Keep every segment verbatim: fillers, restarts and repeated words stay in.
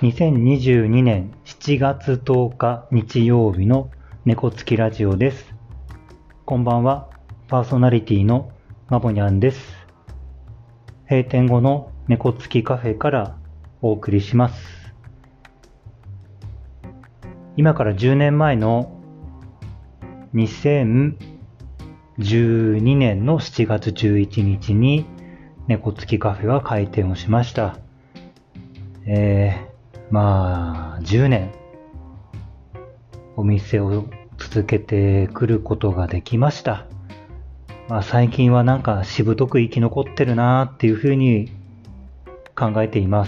にせんにじゅうにねんしちがつとおか日曜日の猫つきラジオです。こんばんは、パーソナリティのまぼにゃんです。閉店後の猫つきカフェからお送りします。今からじゅうねんまえのにせんじゅうにねんのしちがつじゅういちにちに猫つきカフェは開店をしました。えー、まあじゅうねんお店を続けてくることができました。まあ、最近はなんかしぶとく生き残ってるなーっていうふうに考えています。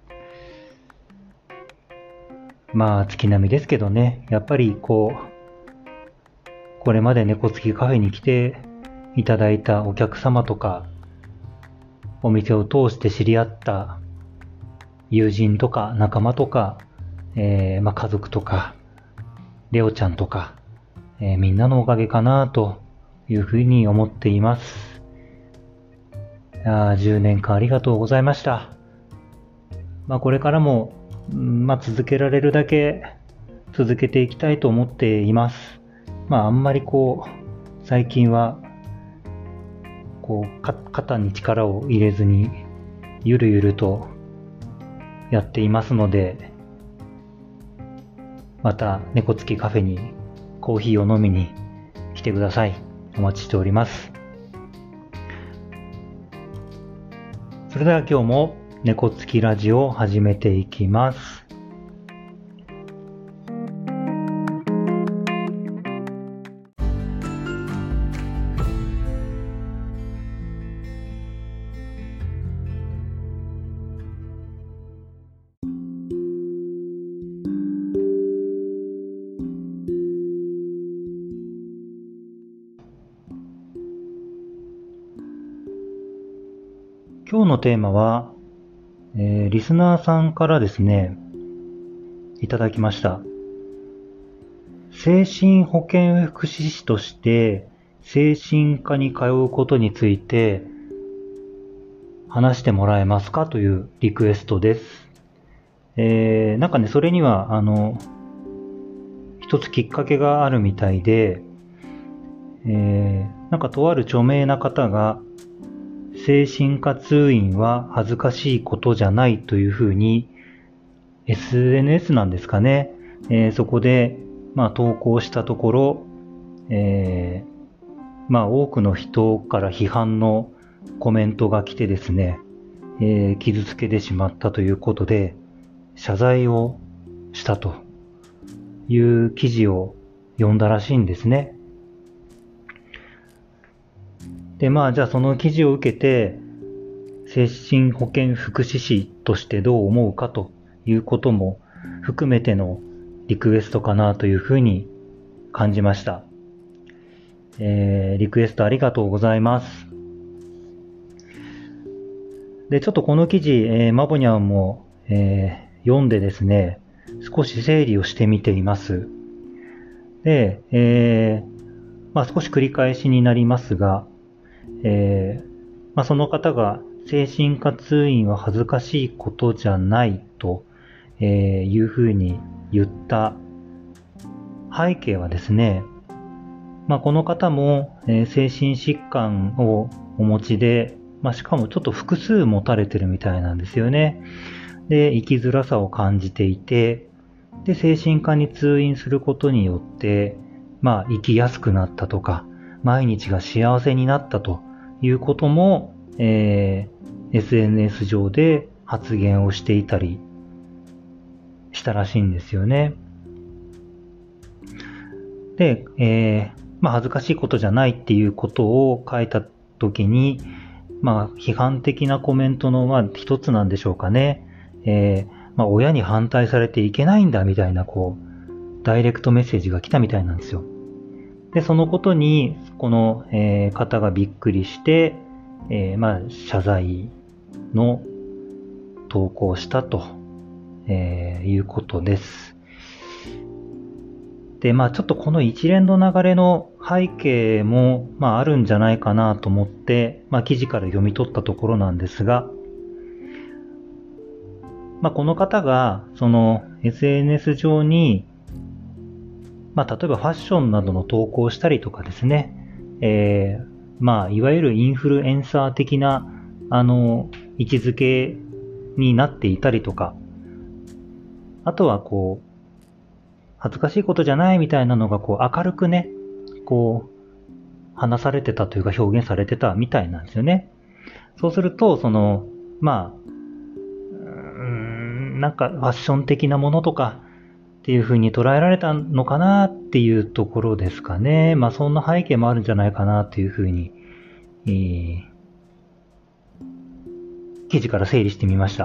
まあ月並みですけどね、やっぱりこうこれまで猫つきカフェに来ていただいたお客様とか、お店を通して知り合った友人とか仲間とか、えーまあ、家族とかレオちゃんとか、えー、みんなのおかげかなというふうに思っています。あじゅうねんかんありがとうございました。まあ、これからも、まあ、続けられるだけ続けていきたいと思っています。まああんまりこう最近はこうか肩に力を入れずにゆるゆるとやっていますので、また猫つきカフェにコーヒーを飲みに来てください。お待ちしております。それでは今日も猫つきラジオを始めていきます。今日のテーマは、えー、リスナーさんからですね、いただきました。精神保健福祉士として精神科に通うことについて話してもらえますかというリクエストです。えー、なんかね、それには、あの、一つきっかけがあるみたいで、えー、なんかとある著名な方が、精神科通院は恥ずかしいことじゃないというふうに エスエヌエス なんですかね、えー、そこで、まあ、投稿したところ、えー、まあ多くの人から批判のコメントが来てですね、えー、傷つけてしまったということで謝罪をしたという記事を読んだらしいんですね。で、まあ、じゃあその記事を受けて、精神保健福祉士としてどう思うかということも含めてのリクエストかなというふうに感じました。えー、リクエストありがとうございます。で、ちょっとこの記事、えー、マボニャンも、えー、読んでですね、少し整理をしてみています。で、えー、まあ少し繰り返しになりますが、えーまあ、その方が精神科通院は恥ずかしいことじゃないと、えー、いうふうに言った背景はですね、まあ、この方も、えー、精神疾患をお持ちで、まあ、しかもちょっと複数持たれてるみたいなんですよね。で、生きづらさを感じていて、で、精神科に通院することによって、まあ、生きやすくなったとか、毎日が幸せになったということも、えー、エスエヌエス 上で発言をしていたりしたらしいんですよね。で、えー、まあ恥ずかしいことじゃないっていうことを書いたときに、まあ批判的なコメントのまあ一つなんでしょうかね。えー、まあ親に反対されていけないんだみたいなこうダイレクトメッセージが来たみたいなんですよ。で、そのことにこの、えー、方がびっくりして、えー、まあ謝罪の投稿をしたと、えー、いうことです。で、まあちょっとこの一連の流れの背景も、まああるんじゃないかなと思って、まあ記事から読み取ったところなんですが、 まあ、この方が、その エスエヌエス 上に、まあ、例えばファッションなどの投稿をしたりとかですね、えー、まあ、いわゆるインフルエンサー的な、あの、位置づけになっていたりとか、あとはこう、恥ずかしいことじゃないみたいなのが、こう、明るくね、こう、話されてたというか表現されてたみたいなんですよね。そうすると、その、まあ、うーん、なんかファッション的なものとかっていう風に捉えられたのかなっていうところですかね。まあそんな背景もあるんじゃないかなという風に、えー、記事から整理してみました。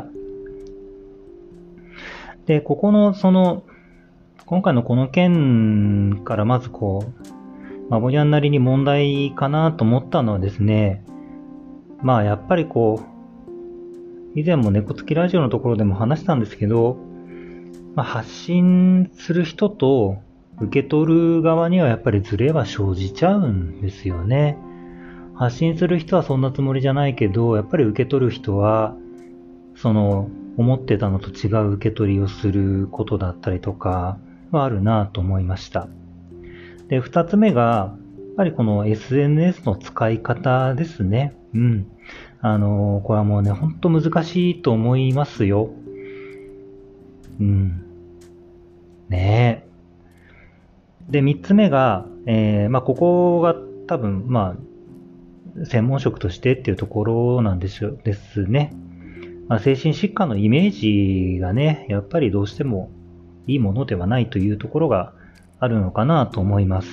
で、ここのその、今回のこの件からまずこう、まあ、ボニャンなりに問題かなと思ったのはですね、まあやっぱりこう、以前も猫つきラジオのところでも話したんですけど、まあ、発信する人と受け取る側にはやっぱりズレは生じちゃうんですよね。発信する人はそんなつもりじゃないけど、やっぱり受け取る人は、その、思ってたのと違う受け取りをすることだったりとかはあるなと思いました。で、二つ目が、やっぱりこの エスエヌエス の使い方ですね。うん。あの、これはもうね、ほんと難しいと思いますよ。うん。ねえ。で、三つ目が、えー、まあ、ここが多分、まあ、専門職としてっていうところなんでしょですね。まあ、精神疾患のイメージがね、やっぱりどうしてもいいものではないというところがあるのかなと思います。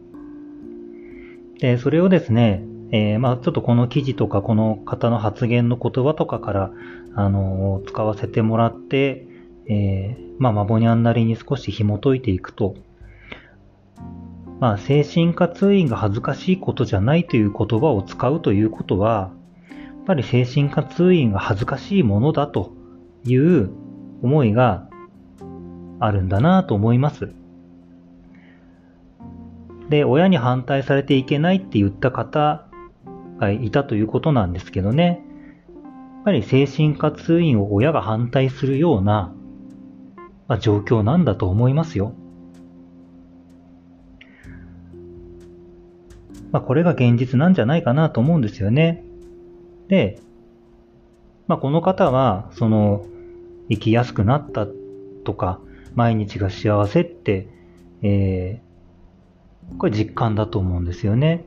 で、それをですね、えー、まあちょっとこの記事とかこの方の発言の言葉とかから、あのー、使わせてもらって、えー、まあマボニャンなりに少し紐解いていくと、まあ精神科通院が恥ずかしいことじゃないという言葉を使うということは、やっぱり精神科通院が恥ずかしいものだという思いがあるんだなと思います。で、親に反対されていけないって言った方がいたということなんですけどね。やっぱり精神科通院を親が反対するような、まあ、状況なんだと思いますよ。まあ、これが現実なんじゃないかなと思うんですよね。で、まあ、この方は、その、生きやすくなったとか、毎日が幸せって、えー、これ実感だと思うんですよね。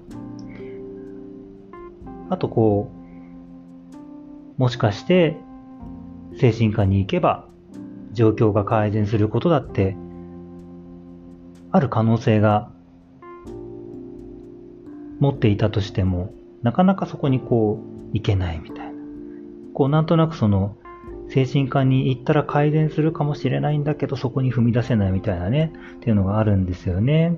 あとこう、もしかして精神科に行けば状況が改善することだってある可能性が持っていたとしても、なかなかそこにこう行けないみたいな。こうなんとなくその精神科に行ったら改善するかもしれないんだけど、そこに踏み出せないみたいなね、っていうのがあるんですよね。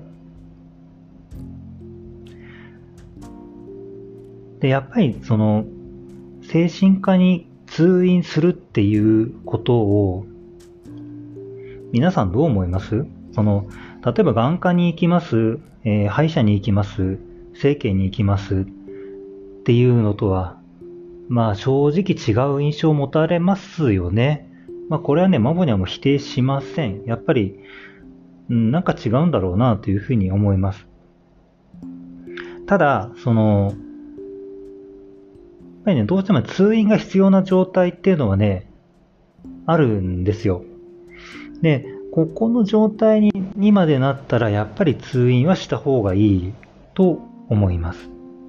で、やっぱりその精神科に通院するっていうことを皆さんどう思います？その、例えば眼科に行きます、えー、歯医者に行きます、整形に行きますっていうのとは、まあ正直違う印象を持たれますよね。まあこれはね、マボニャも否定しません。やっぱり、うん、なんか違うんだろうなというふうに思います。ただ、その、やっぱりね、どうしても通院が必要な状態っていうのはね、あるんですよ。で、ここの状態ににまでなったら、やっぱり通院はした方がいいと思います。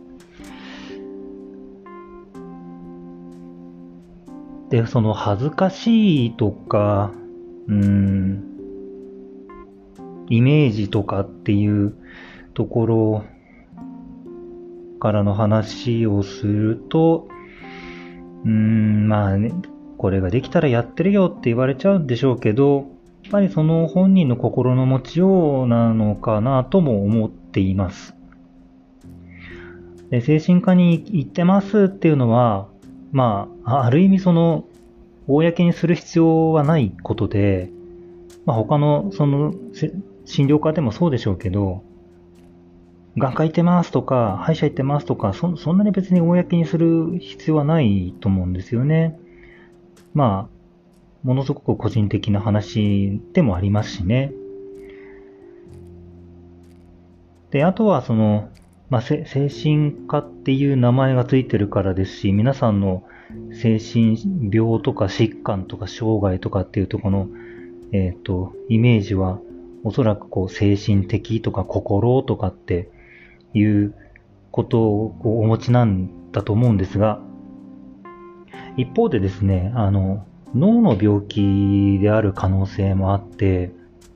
で、その恥ずかしいとか、うーん、イメージとかっていうところからの話をすると、うーん、まあね、これができたらやってるよって言われちゃうんでしょうけど、やっぱりその本人の心の持ちようなのかなとも思っています。で、精神科に行ってますっていうのは、まあ、ある意味その、公にする必要はないことで、まあ、他のその診療科でもそうでしょうけど、眼科行ってますとか、歯医者行ってますとか、そそんなに別に公にする必要はないと思うんですよね。まあ、 ものすごく個人的な話でもありますしね。で、あとはその、まあ、精神科っていう名前がついてるからですし、皆さんの精神病とか疾患とか障害とかっていうところの、えっと、イメージは、おそらくこう精神的とか心とかっていうことをお持ちなんだと思うんですが、一方でですね、あの、脳の病気である可能性もあって、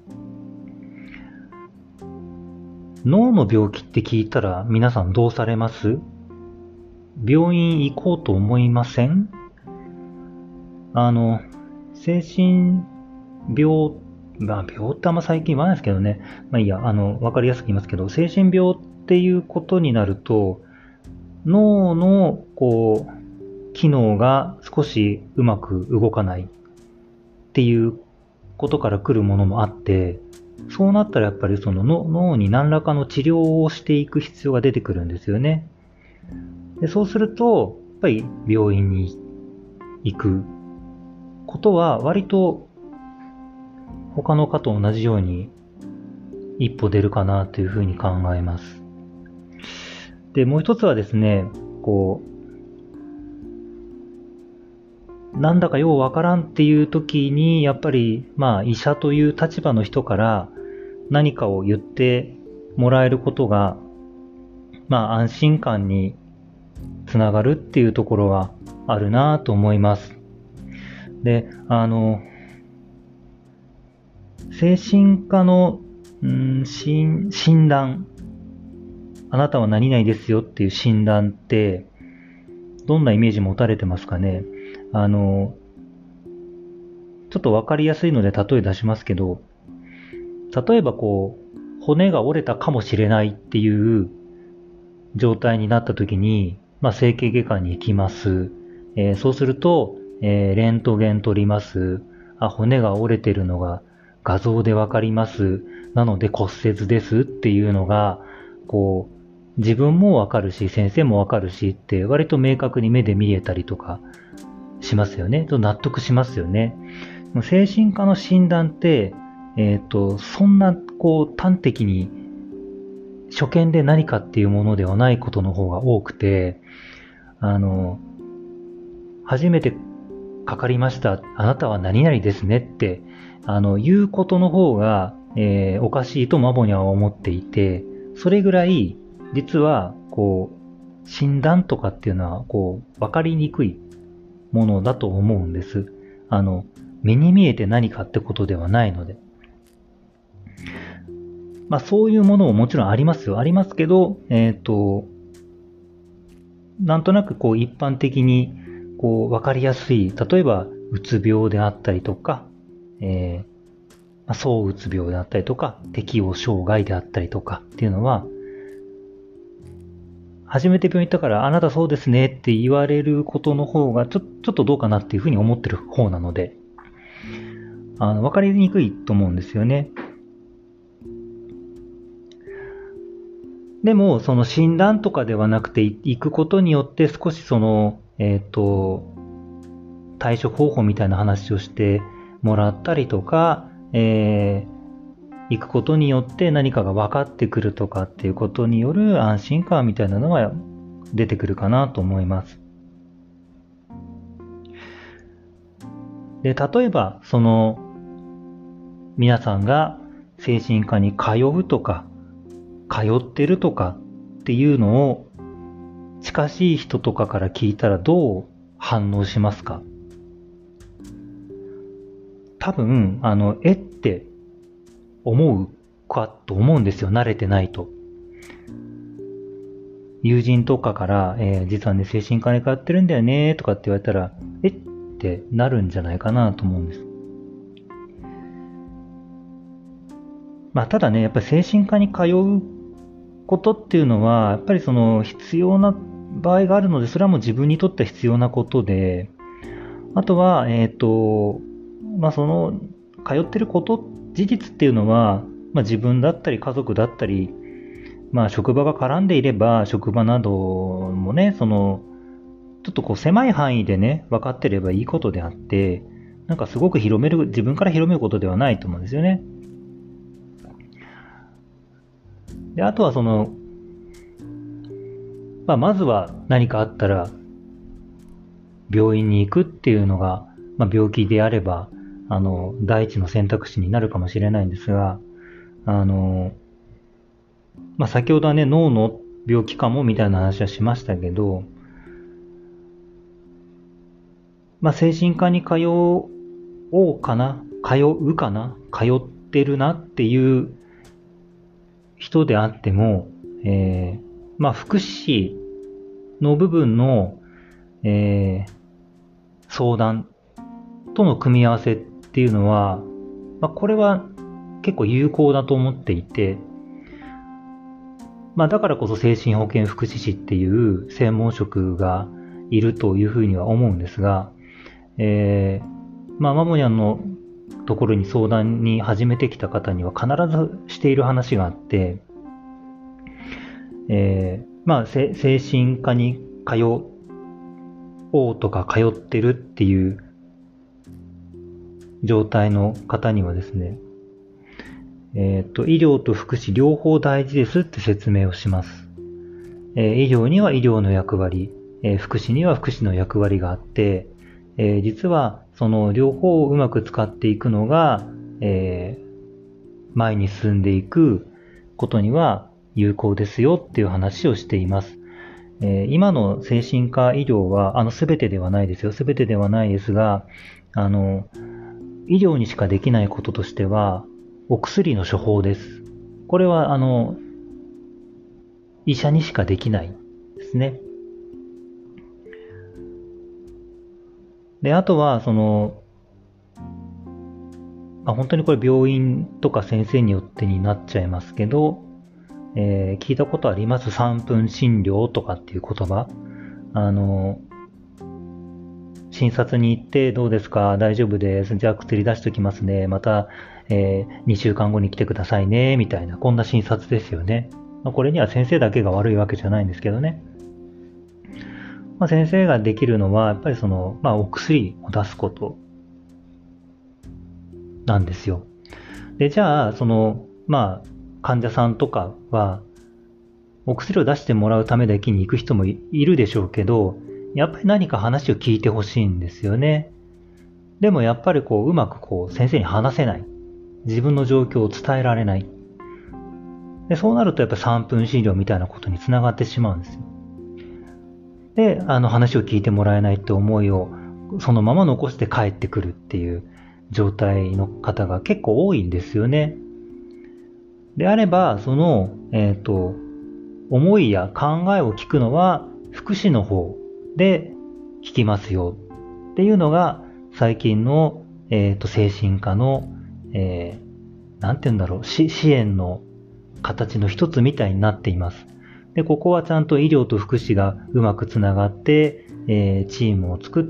脳の病気って聞いたら皆さんどうされます？病院行こうと思いません？あの、精神病、まあ病ってあんま最近言わないですけどね。まあいいや、あの、わかりやすく言いますけど、精神病っていうことになると、脳の、こう、機能が少しうまく動かないっていうことから来るものもあって、そうなったらやっぱりその脳に何らかの治療をしていく必要が出てくるんですよね。でそうすると、やっぱり病院に行くことは割と他の科と同じように一歩出るかなというふうに考えます。で、もう一つはですね、こう、なんだかようわからんっていう時に、やっぱり、まあ医者という立場の人から何かを言ってもらえることが、まあ安心感につながるっていうところはあるなと思います。で、あの、精神科の、んー、診、診断、あなたは何々ですよっていう診断って、どんなイメージ持たれてますかね？あの、ちょっとわかりやすいので例え出しますけど、例えばこう、骨が折れたかもしれないっていう状態になった時に、まあ、整形外科に行きます。えー、そうすると、えー、レントゲン取ります。あ、骨が折れてるのが画像でわかります。なので骨折ですっていうのが、こう、自分もわかるし、先生もわかるしって割と明確に目で見えたりとかしますよね。と納得しますよね。精神科の診断って、えっと、そんな、こう、端的に初見で何かっていうものではないことの方が多くて、あの、初めてかかりました。あなたは何々ですねって、あの、言うことの方が、えー、おかしいとマボニャは思っていて、それぐらい、実は、こう、診断とかっていうのは、こう、わかりにくいものだと思うんです。あの、目に見えて何かってことではないので。まあそういうものももちろんありますよ。ありますけど、えっと、なんとなくこう一般的にこうわかりやすい、例えばうつ病であったりとか、えー、まあ、躁うつ病であったりとか、適応障害であったりとかっていうのは、初めて病院行ったからあなたそうですねって言われることの方がちょ、ちょっとどうかなっていうふうに思ってる方なので、あの、わかりにくいと思うんですよね。でも、その診断とかではなくて、行くことによって少しその、えっと、対処方法みたいな話をしてもらったりとか、えー、行くことによって何かが分かってくるとかっていうことによる安心感みたいなのが出てくるかなと思います。で、例えば、その、皆さんが精神科に通うとか、通ってるとかっていうのを近しい人とかから聞いたらどう反応しますか？多分、あの、えって思うかと思うんですよ。慣れてないと。友人とかから、えー、実はね、精神科に通ってるんだよねとかって言われたら、えってなるんじゃないかなと思うんです。まあ、ただね、やっぱり精神科に通うことっていうのは、やっぱりその必要な場合があるので、それはもう自分にとって必要なことで、あとは、えっと、まあ、その、通ってること、事実っていうのは、まあ、自分だったり家族だったり、まあ、職場が絡んでいれば、職場などもね、その、ちょっとこう狭い範囲でね、分かってればいいことであって、 なんかすごく広める、自分から広めることではないと思うんですよね。で、あとはその、まあ、まずは何かあったら、病院に行くっていうのが、まあ、病気であれば、あの、第一の選択肢になるかもしれないんですが、あの、まあ、先ほどはね、脳の病気かもみたいな話はしましたけど、まあ、精神科に通おうかな、通うかな、通ってるなっていう人であっても、えー、まあ、福祉の部分の、えー、相談との組み合わせっていうのは、まあ、これは結構有効だと思っていて、まあ、だからこそ精神保健福祉士っていう専門職がいるというふうには思うんですが、えー、まあ、マモニャンのところに相談に始めてきた方には必ずしている話があって、えー、まあ、精神科に通おうとか通ってるっていう状態の方にはですね、えっと、医療と福祉両方大事ですって説明をします。えー、医療には医療の役割、えー、福祉には福祉の役割があって、えー、実はその両方をうまく使っていくのが、えー、前に進んでいくことには有効ですよっていう話をしています。えー、今の精神科医療は、あの、すべてではないですよ。すべてではないですが、あの、医療にしかできないこととしては、お薬の処方です。これは、あの、医者にしかできないですね。で、あとは、その、まあ、本当にこれ病院とか先生によってになっちゃいますけど、えー、聞いたことありますさんぷん診療とかっていう言葉。あの、診察に行ってどうですか大丈夫です。じゃあ薬出しときますね。また、えー、にしゅうかんごに来てくださいね。みたいな、こんな診察ですよね。まあ、これには先生だけが悪いわけじゃないんですけどね。まあ、先生ができるのは、やっぱりその、まあ、お薬を出すことなんですよ。で、じゃあ、その、まあ、患者さんとかは、お薬を出してもらうためだけに行く人もいるでしょうけど、やっぱり何か話を聞いてほしいんですよね。でもやっぱりこう、うまくこう、先生に話せない。自分の状況を伝えられない。で、そうなるとやっぱさんぷん診療みたいなことにつながってしまうんですよ。で、あの話を聞いてもらえないって思いをそのまま残して帰ってくるっていう状態の方が結構多いんですよね。であれば、その、えっと、思いや考えを聞くのは福祉の方で聞きますよっていうのが最近の、えっと、精神科の、えー、なんて言うんだろう、支援の形の一つみたいになっています。で、ここはちゃんと医療と福祉がうまくつながって、えー、チームを作って、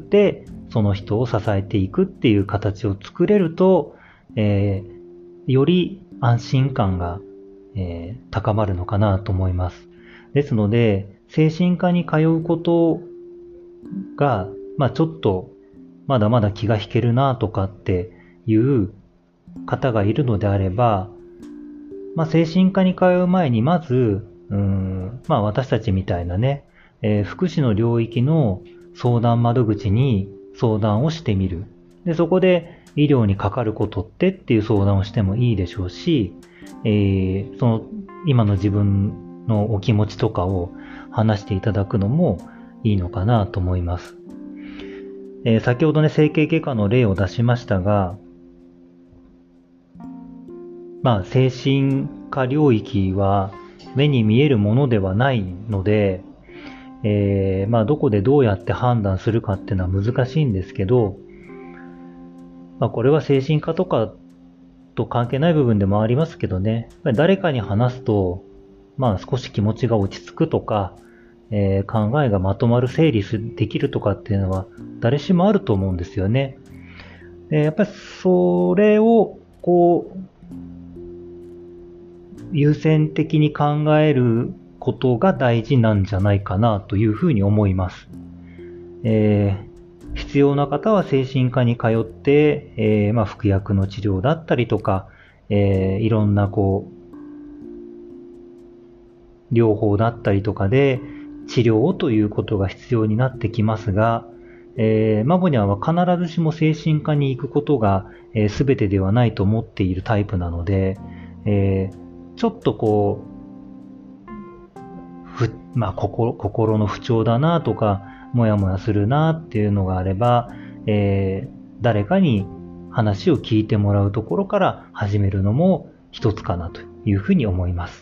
その人を支えていくっていう形を作れると、えー、より安心感が、えー、高まるのかなと思います。ですので、精神科に通うことが、まあちょっと、まだまだ気が引けるなとかっていう方がいるのであれば、まあ精神科に通う前にまず、うーんまあ私たちみたいなね、えー、福祉の領域の相談窓口に相談をしてみる。で、そこで医療にかかることってっていう相談をしてもいいでしょうし、えー、その今の自分のお気持ちとかを話していただくのもいいのかなと思います。えー、先ほどね、整形外科の例を出しましたが、まあ、精神科領域は目に見えるものではないので、えー、まあ、どこでどうやって判断するかっていうのは難しいんですけど、まあ、これは精神科とかと関係ない部分でもありますけどね、やっぱり誰かに話すと、まあ、少し気持ちが落ち着くとか、えー、考えがまとまる整理できるとかっていうのは誰しもあると思うんですよね。でやっぱりそれをこう優先的に考えることが大事なんじゃないかなというふうに思います。えー、 必要な方は精神科に通って、えーまあ、服薬の治療だったりとか、えー、いろんなこう療法だったりとかで治療をということが必要になってきますが、えー、マボニャンは必ずしも精神科に行くことが、えー、全てではないと思っているタイプなので、えー、ちょっとこうふ、まあ、心、心の不調だなとかもやもやするなっていうのがあれば、えー、誰かに話を聞いてもらうところから始めるのも一つかなというふうに思います。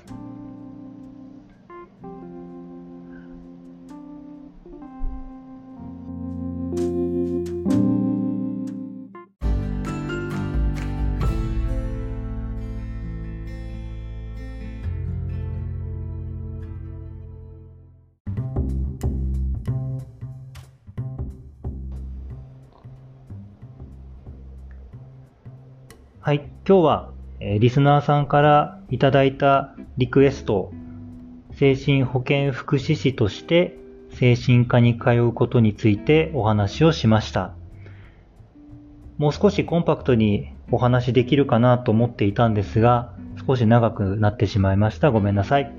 はい、今日は、えー、リスナーさんからいただいたリクエスト、精神保健福祉士として精神科に通うことについてお話をしました。もう少しコンパクトにお話できるかなと思っていたんですが、少し長くなってしまいました。ごめんなさい。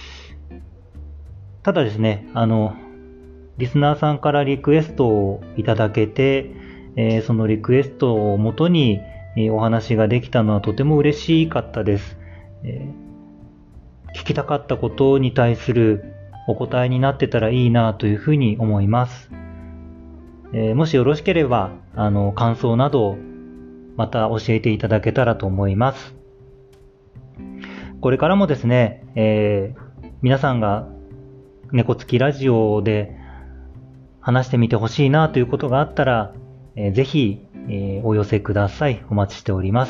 ただですね、あの、リスナーさんからリクエストをいただけて、えー、そのリクエストをもとにお話ができたのはとても嬉しかったです。えー、聞きたかったことに対するお答えになってたらいいなというふうに思います。えー、もしよろしければ、あの、感想などまた教えていただけたらと思います。これからもですね、えー、皆さんが猫つきラジオで話してみてほしいなということがあったら、えー、ぜひえー、お寄せください。お待ちしております。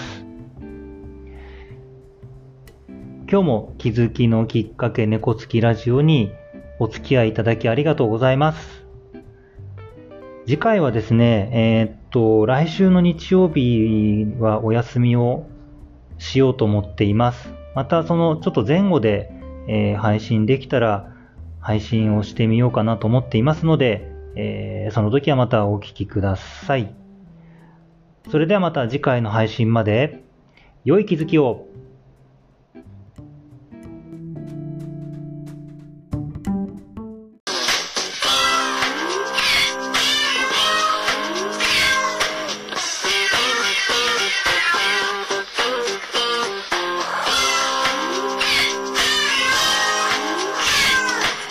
今日も気づきのきっかけ猫つきラジオにお付き合いいただきありがとうございます。次回はですね、えー、っと、来週の日曜日はお休みをしようと思っています。またそのちょっと前後で、えー、配信できたら配信をしてみようかなと思っていますので、えー、その時はまたお聞きください。それではまた次回の配信まで良い気づきを。